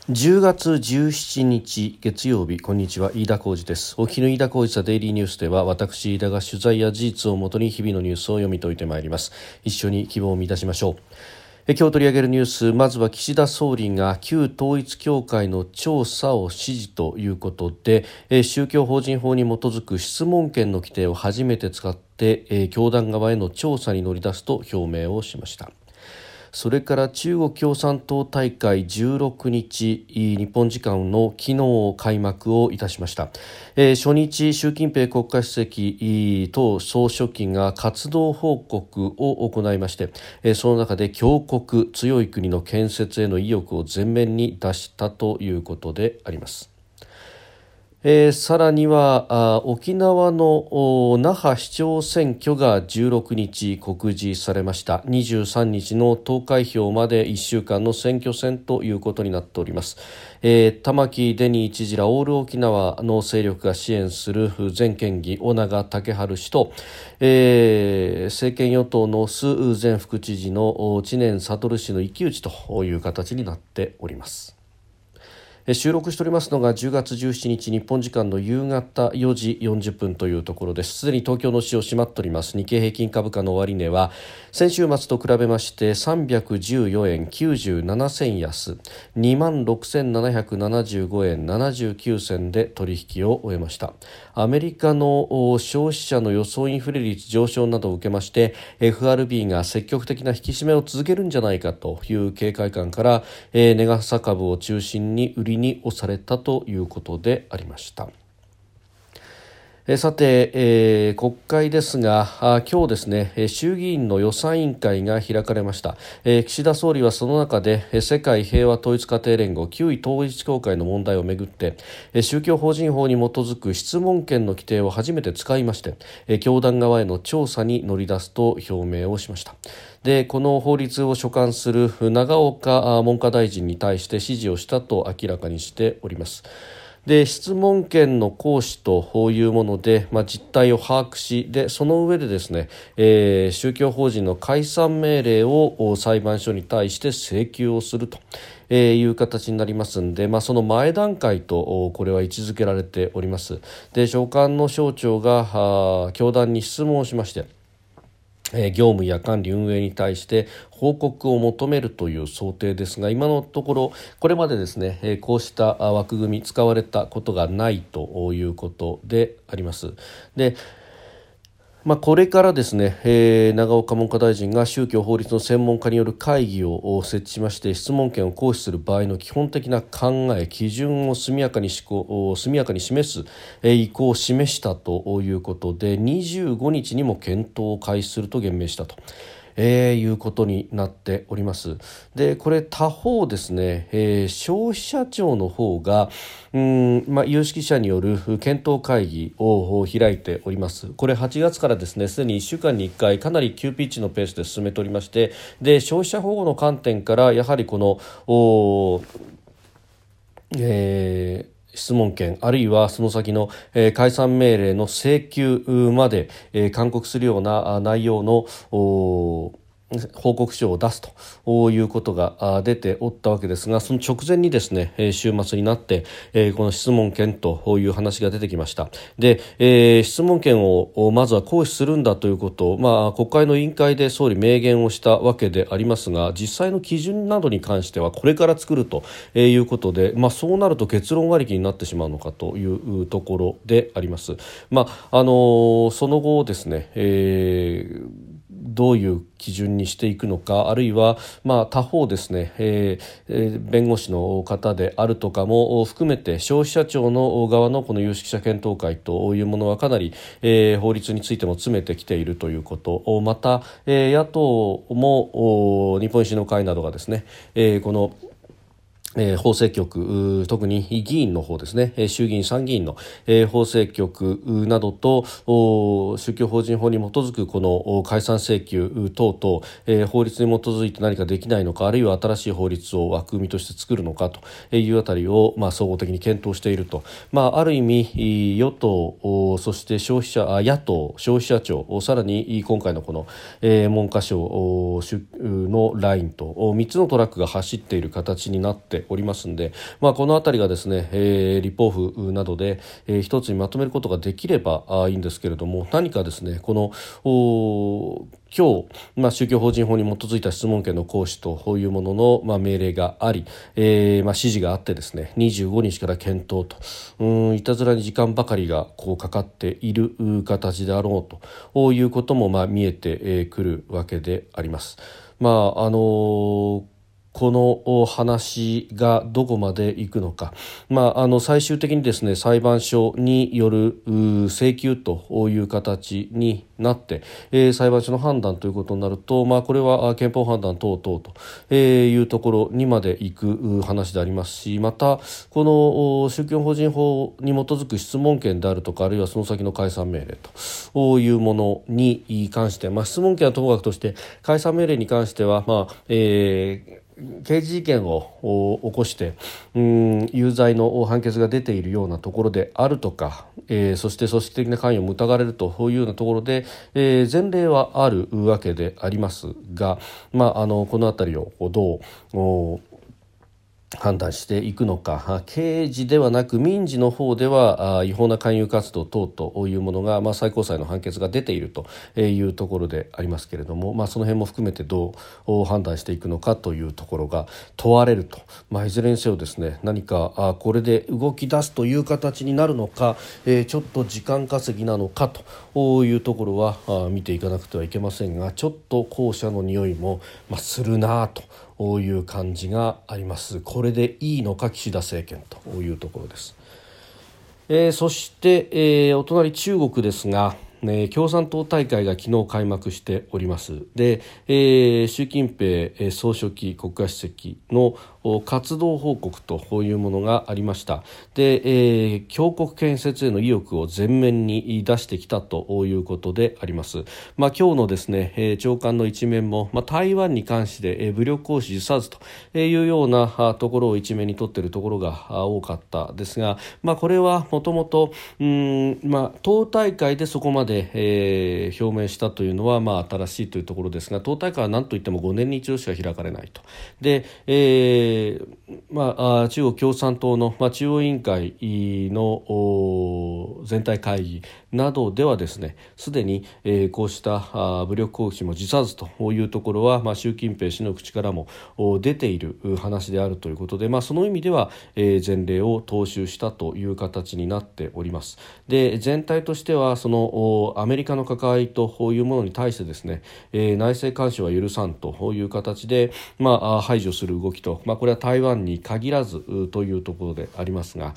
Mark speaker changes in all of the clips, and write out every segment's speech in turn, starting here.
Speaker 1: 10月17日月曜日、こんにちは、飯田浩司です。お昼飯田浩司ザデイリーニュースでは、私飯田が取材や事実をもとに日々のニュースを読み解いてまいります。一緒に希望を見出しましょう。今日取り上げるニュース、まずは岸田総理が旧統一教会の調査を指示ということで、宗教法人法に基づく質問権の規定を初めて使って、教団側への調査に乗り出すと表明をしました。それから中国共産党大会16日、日本時間の昨日開幕をいたしました。初日、習近平国家主席党総書記が活動報告を行いまして、その中で強国強い国の建設への意欲を前面に出したということであります。さらには沖縄の那覇市長選挙が16日告示されました。23日の投開票まで1週間の選挙戦ということになっております。玉城デニー知事らオール沖縄の勢力が支援する前県議尾長武春氏と、政権与党の須前副知事の知念悟氏の一騎打ちという形になっております。収録しておりますのが10月17日日本時間の夕方4時40分というところです。すでに東京の市場閉まっております。日経平均株価の終値は先週末と比べまして314円97銭安 26,775 円79銭で取引を終えました。アメリカの消費者の予想インフレ率上昇などを受けまして FRB が積極的な引き締めを続けるんじゃないかという警戒感から、値傘株を中心に売りに押されたということでありました。さて、国会ですが今日ですね、衆議院の予算委員会が開かれました。岸田総理はその中で世界平和統一家庭連合旧統一教会の問題をめぐって宗教法人法に基づく質問権の規定を初めて使いまして教団側への調査に乗り出すと表明をしました。で、この法律を所管する永岡文科大臣に対して指示をしたと明らかにしております。で、質問権の行使というもので、実態を把握し、でその上でですね、宗教法人の解散命令を裁判所に対して請求をするという形になりますので、その前段階とこれは位置づけられております。で、所管の省庁が教団に質問をしまして、業務や管理運営に対して報告を求めるという想定ですが、今のところこれまでですね、こうした枠組み使われたことがないということであります。で、これからですね、永岡文科大臣が宗教法律の専門家による会議を設置しまして、質問権を行使する場合の基本的な考え基準を速やかに示す意向を示したということで、25日にも検討を開始すると言明したということになっております。で、これ他方ですね、消費者庁の方が有識者による検討会議を開いております。これ8月からですね、すでに1週間に1回かなり急ピッチのペースで進めておりまして、で、消費者保護の観点からやはりこの質問権あるいはその先の、解散命令の請求まで、勧告するような内容の報告書を出すということが出ておったわけですが、その直前にですね、週末になって、この質問権という話が出てきました。で、質問権をまずは行使するんだということを、国会の委員会で総理明言をしたわけでありますが、実際の基準などに関してはこれから作るということで、そうなると結論ありきになってしまうのかというところであります。その後ですね、どういう基準にしていくのか、あるいは他方ですね、弁護士の方であるとかも含めて消費者庁の側のこの有識者検討会というものはかなり、法律についても詰めてきているということ、また、野党も日本維新の会などがですね、この法制局、特に議員の方ですね、衆議院参議院の、法制局などと宗教法人法に基づくこの解散請求等々、法律に基づいて何かできないのか、あるいは新しい法律を枠組みとして作るのかというあたりを、総合的に検討していると、ある意味与党、そして野党消費者庁、さらに今回のこの、文科省のラインと3つのトラックが走っている形になってておりますので、このあたりがですね、立法府などで、一つにまとめることができればいいんですけれども、何かですねこの今日、宗教法人法に基づいた質問権の行使というものの、命令があり、指示があってですね25日から検討と、いたずらに時間ばかりがかかっている形であろうということも見えてくるわけであります。この話がどこまで行くのか、最終的にですね裁判所による請求という形になって、裁判所の判断ということになると、これは憲法判断等々というところにまで行く話でありますし、またこの宗教法人法に基づく質問権であるとか、あるいはその先の解散命令というものに関して、質問権はともかくとして解散命令に関しては、刑事事件を起こして有罪の判決が出ているようなところであるとか、そして組織的な関与も疑われるというようなところで、前例はあるわけでありますが、このあたりをどう判断していくのか、刑事ではなく民事の方では違法な勧誘活動等というものが、最高裁の判決が出ているというところでありますけれども、その辺も含めてどう判断していくのかというところが問われると、いずれにせよですね何かこれで動き出すという形になるのか、ちょっと時間稼ぎなのかというところは見ていかなくてはいけませんが、ちょっと後者の匂いもするなという感じがあります。これでいいのか岸田政権というところです。そして、お隣中国ですが、共産党大会が昨日開幕しております。で、習近平総書記国家主席の活動報告というものがありました。で、強国建設への意欲を前面に出してきたということであります。今日のですね、朝刊の一面も、台湾に関して、武力行使辞さずというようなところを一面に取っているところが多かったですが、これはもともと党大会でそこまで表明したというのは新しいというところですが、党大会は何といっても5年に一度しか開かれないと。で、中国共産党の、中央委員会の全体会議などではですねすでに、こうした武力行使も辞さずというところは、習近平氏の口からも出ている話であるということで、その意味では、前例を踏襲したという形になっております。で、全体としてはそのアメリカの関わりというものに対してですね、内政干渉は許さんという形で、排除する動きと、これは台湾に限らずというところでありますが、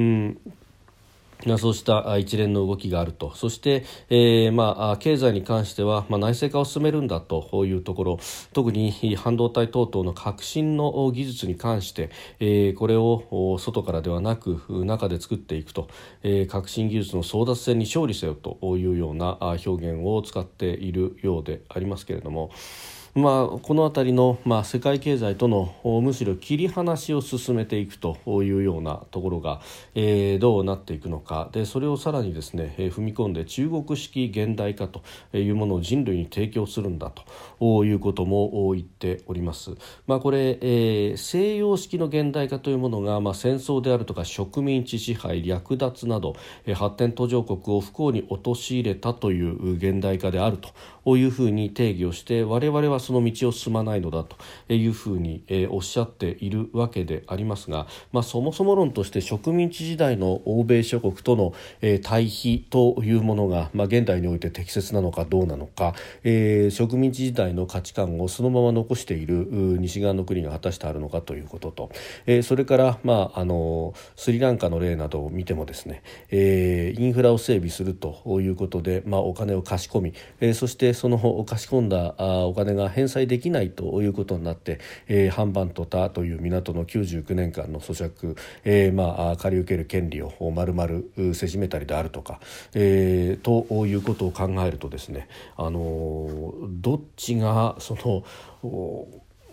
Speaker 1: そうした一連の動きがあると。そして、経済に関しては、内製化を進めるんだというところ、特に半導体等々の革新の技術に関して、これを外からではなく中で作っていくと、革新技術の争奪戦に勝利せよというような表現を使っているようでありますけれども、このあたりの、世界経済とのむしろ切り離しを進めていくというようなところが、どうなっていくのかで、それをさらにですね、踏み込んで中国式現代化というものを人類に提供するんだということも言っております。これ、西洋式の現代化というものが、戦争であるとか植民地支配、略奪など、発展途上国を不幸に陥れたという現代化であるというふうに定義をして、我々はその道を進まないのだというふうにおっしゃっているわけでありますが、そもそも論として植民地時代の欧米諸国との対比というものが現代において適切なのかどうなのか、植民地時代の価値観をそのまま残している西側の国が果たしてあるのかということと、それからスリランカの例などを見てもですね、インフラを整備するということで、お金を貸し込み、そしてその貸し込んだお金が返済できないということになって、ハンバントタという港の99年間の租借、借り受ける権利を丸々せしめたりであるとか、ということを考えるとですね、どっちがその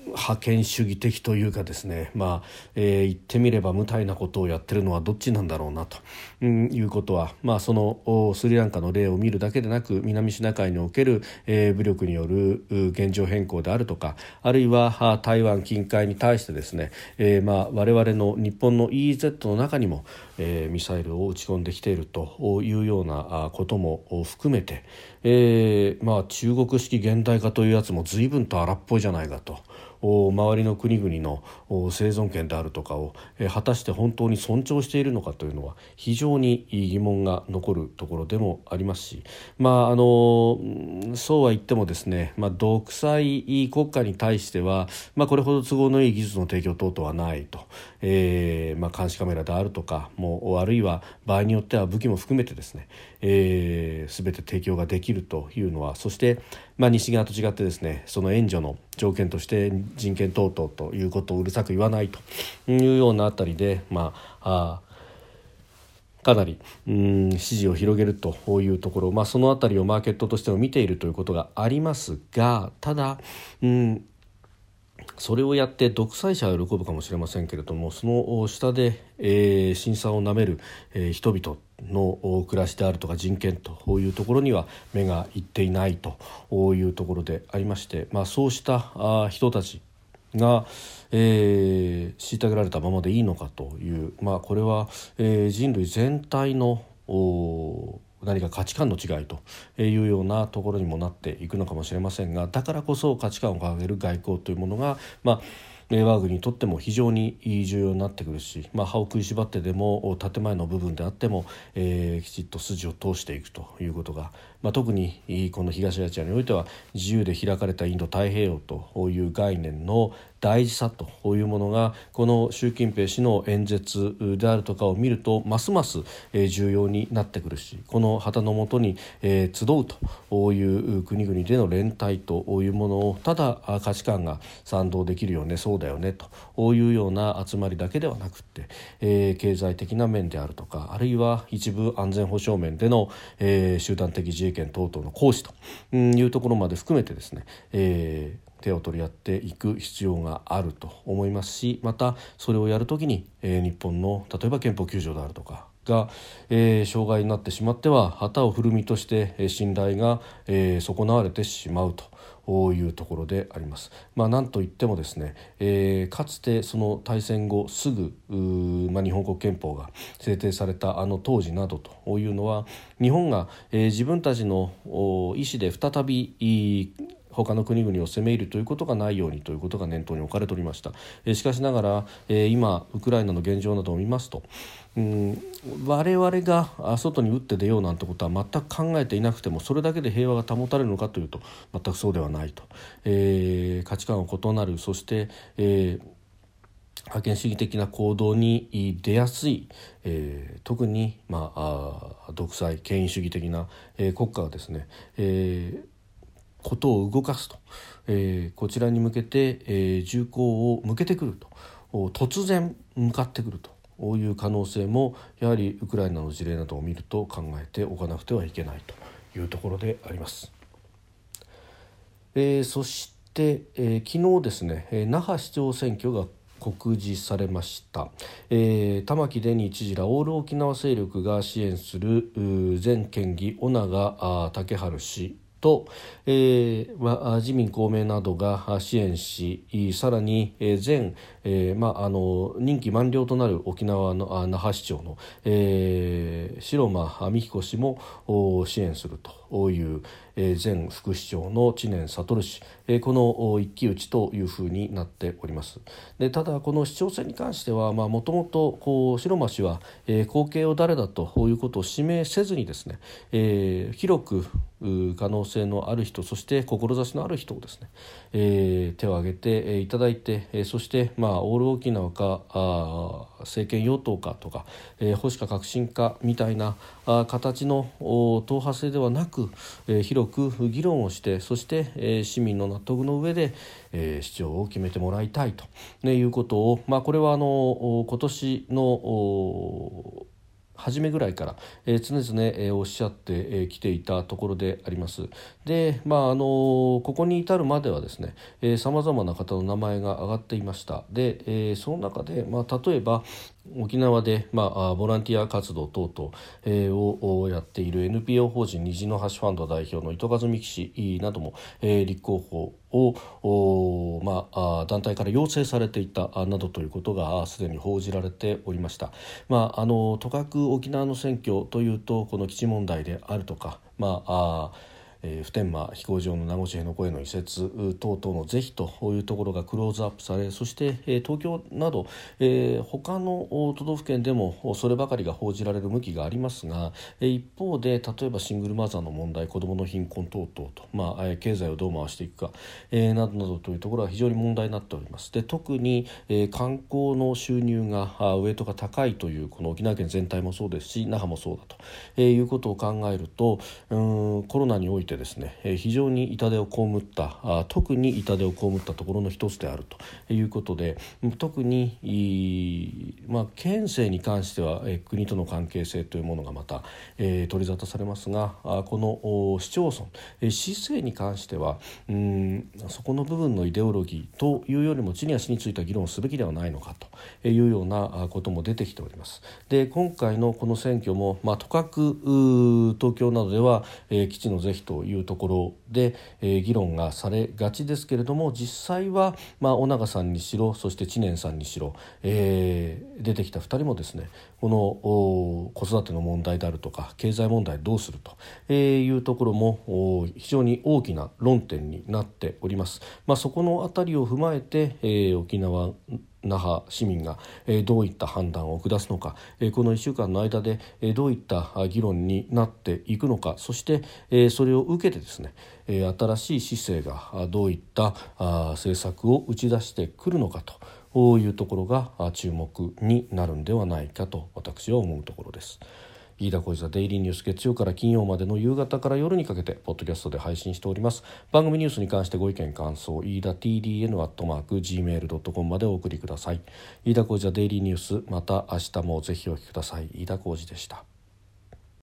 Speaker 1: 覇権主義的というかですね、言ってみれば無体なことをやってるのはどっちなんだろうなと、いうことは、そのスリランカの例を見るだけでなく南シナ海における、武力による現状変更であるとか、あるいは台湾近海に対してですね、我々の日本の EEZ の中にも、ミサイルを撃ち込んできているというようなことも含めて、中国式現代化というやつも随分と荒っぽいじゃないかと、周りの国々の生存権であるとかを果たして本当に尊重しているのかというのは非常に疑問が残るところでもありますし、そうは言ってもですね、独裁国家に対しては、これほど都合のいい技術の提供等々はないと、監視カメラであるとかあるいは場合によっては武器も含めてですね、全て提供ができるというのは、そして、西側と違ってですね、その援助の条件として人権等々ということをうるさく言わないというようなあたりで、かなり支持を広げるというところ、そのあたりをマーケットとしても見ているということがありますが、ただそれをやって独裁者は喜ぶかもしれませんけれども、その下で、辛酸をなめる、人々の暮らしであるとか人権というところには目がいっていないというところでありまして、そうした人たちが、虐げられたままでいいのかという、これは、人類全体の何か価値観の違いというようなところにもなっていくのかもしれませんが、だからこそ価値観を掲げる外交というものが、我が国にとっても非常に重要になってくるし、歯を食いしばってでも建前の部分であっても、きちっと筋を通していくということが、特にこの東アジアにおいては自由で開かれたインド太平洋という概念の大事さというものが、この習近平氏の演説であるとかを見るとますます重要になってくるし、この旗の下に集うという国々での連帯というものをただ価値観が賛同できるよね、そうだよねというような集まりだけではなくて、経済的な面であるとか、あるいは一部安全保障面での、集団的自衛権等々の行使というところまで含めてですね、手を取り合っていく必要があると思いますし、またそれをやるときに、日本の例えば憲法9条であるとかが、障害になってしまっては旗を振る身として、信頼が、損なわれてしまうというところであります。なんといってもですね、かつてその大戦後すぐ日本国憲法が制定された当時などというのは、日本が、自分たちの意思で再び他の国々を攻め入るということがないようにということが念頭に置かれておりました。しかしながら、今ウクライナの現状などを見ますと、我々が外に打って出ようなんてことは全く考えていなくても、それだけで平和が保たれるのかというと全くそうではないと、価値観が異なる、そして、覇権主義的な行動に出やすい、特に、独裁権威主義的な、国家がですね、ことを動かすと、こちらに向けて、銃口を向けてくると、突然向かってくるという可能性もやはりウクライナの事例などを見ると考えておかなくてはいけないというところであります。そして、昨日ですね、那覇市長選挙が告示されました。玉城デニー知事らオール沖縄勢力が支援する前県議尾長竹春氏と、自民公明などが支援し、さらに、前、任期満了となる沖縄の那覇市長の、城間美彦氏も支援するという、前副市長の知念悟氏、この一騎打ちというふうになっております。でただこの市長選に関してはもともと城間氏は、後継を誰だということを指名せずにですね、広く可能性のある人、そして志のある人をですね、手を挙げていただいて、そしてオール沖縄か政権与党かとか、保守か革新かみたいな形の党派制ではなく、広く議論をして、そして、市民の納得の上で、市長を決めてもらいたいと、いうことを、これは今年の初めぐらいから、常々、おっしゃってきていたところであります。で、ここに至るまではですね、様々な方の名前が挙がっていました。で、その中で、例えば沖縄で、ボランティア活動等々、をやっている NPO 法人虹の橋ファンド代表の糸数美希氏なども、立候補を団体から要請されていたなどということがすでに報じられておりました。とかく沖縄の選挙というとこの基地問題であるとか、普天間飛行場の名護市辺野古への移設等々の是非というところがクローズアップされ、そして、東京など、他の都道府県でもそればかりが報じられる向きがありますが、一方で例えばシングルマザーの問題、子どもの貧困等々と、経済をどう回していくか、などなどというところは非常に問題になっております。で、特に、観光の収入がウエイトが高いというこの沖縄県全体もそうですし那覇もそうだと、いうことを考えると、コロナにおいてですね、非常に痛手を被った特に痛手を被ったところの一つであるということで、特に県政に関しては、国との関係性というものがまた、取り沙汰されますが、この市町村、市政に関してはそこの部分のイデオロギーというよりも地に足についた議論をすべきではないのかというようなことも出てきております。で、今回のこの選挙も、とかく東京などでは、基地の是非というところで、議論がされがちですけれども、実際は、尾長さんにしろ、そして知念さんにしろ、出てきた2人もですね、この子育ての問題であるとか経済問題どうするというところも非常に大きな論点になっております。そこのあたりを踏まえて、沖縄那覇市民がどういった判断を下すのか、この1週間の間でどういった議論になっていくのか、そしてそれを受けてですね、新しい市政がどういった政策を打ち出してくるのかというところが注目になるんではないかと私は思うところです。飯田浩司ザデイリーニュース、月曜から金曜までの夕方から夜にかけてポッドキャストで配信しております。番組ニュースに関してご意見感想、飯田 TDN@gmail.com までお送りください。飯田浩司ザデイリーニュース、また明日もぜひお聞きください。飯田浩司でした。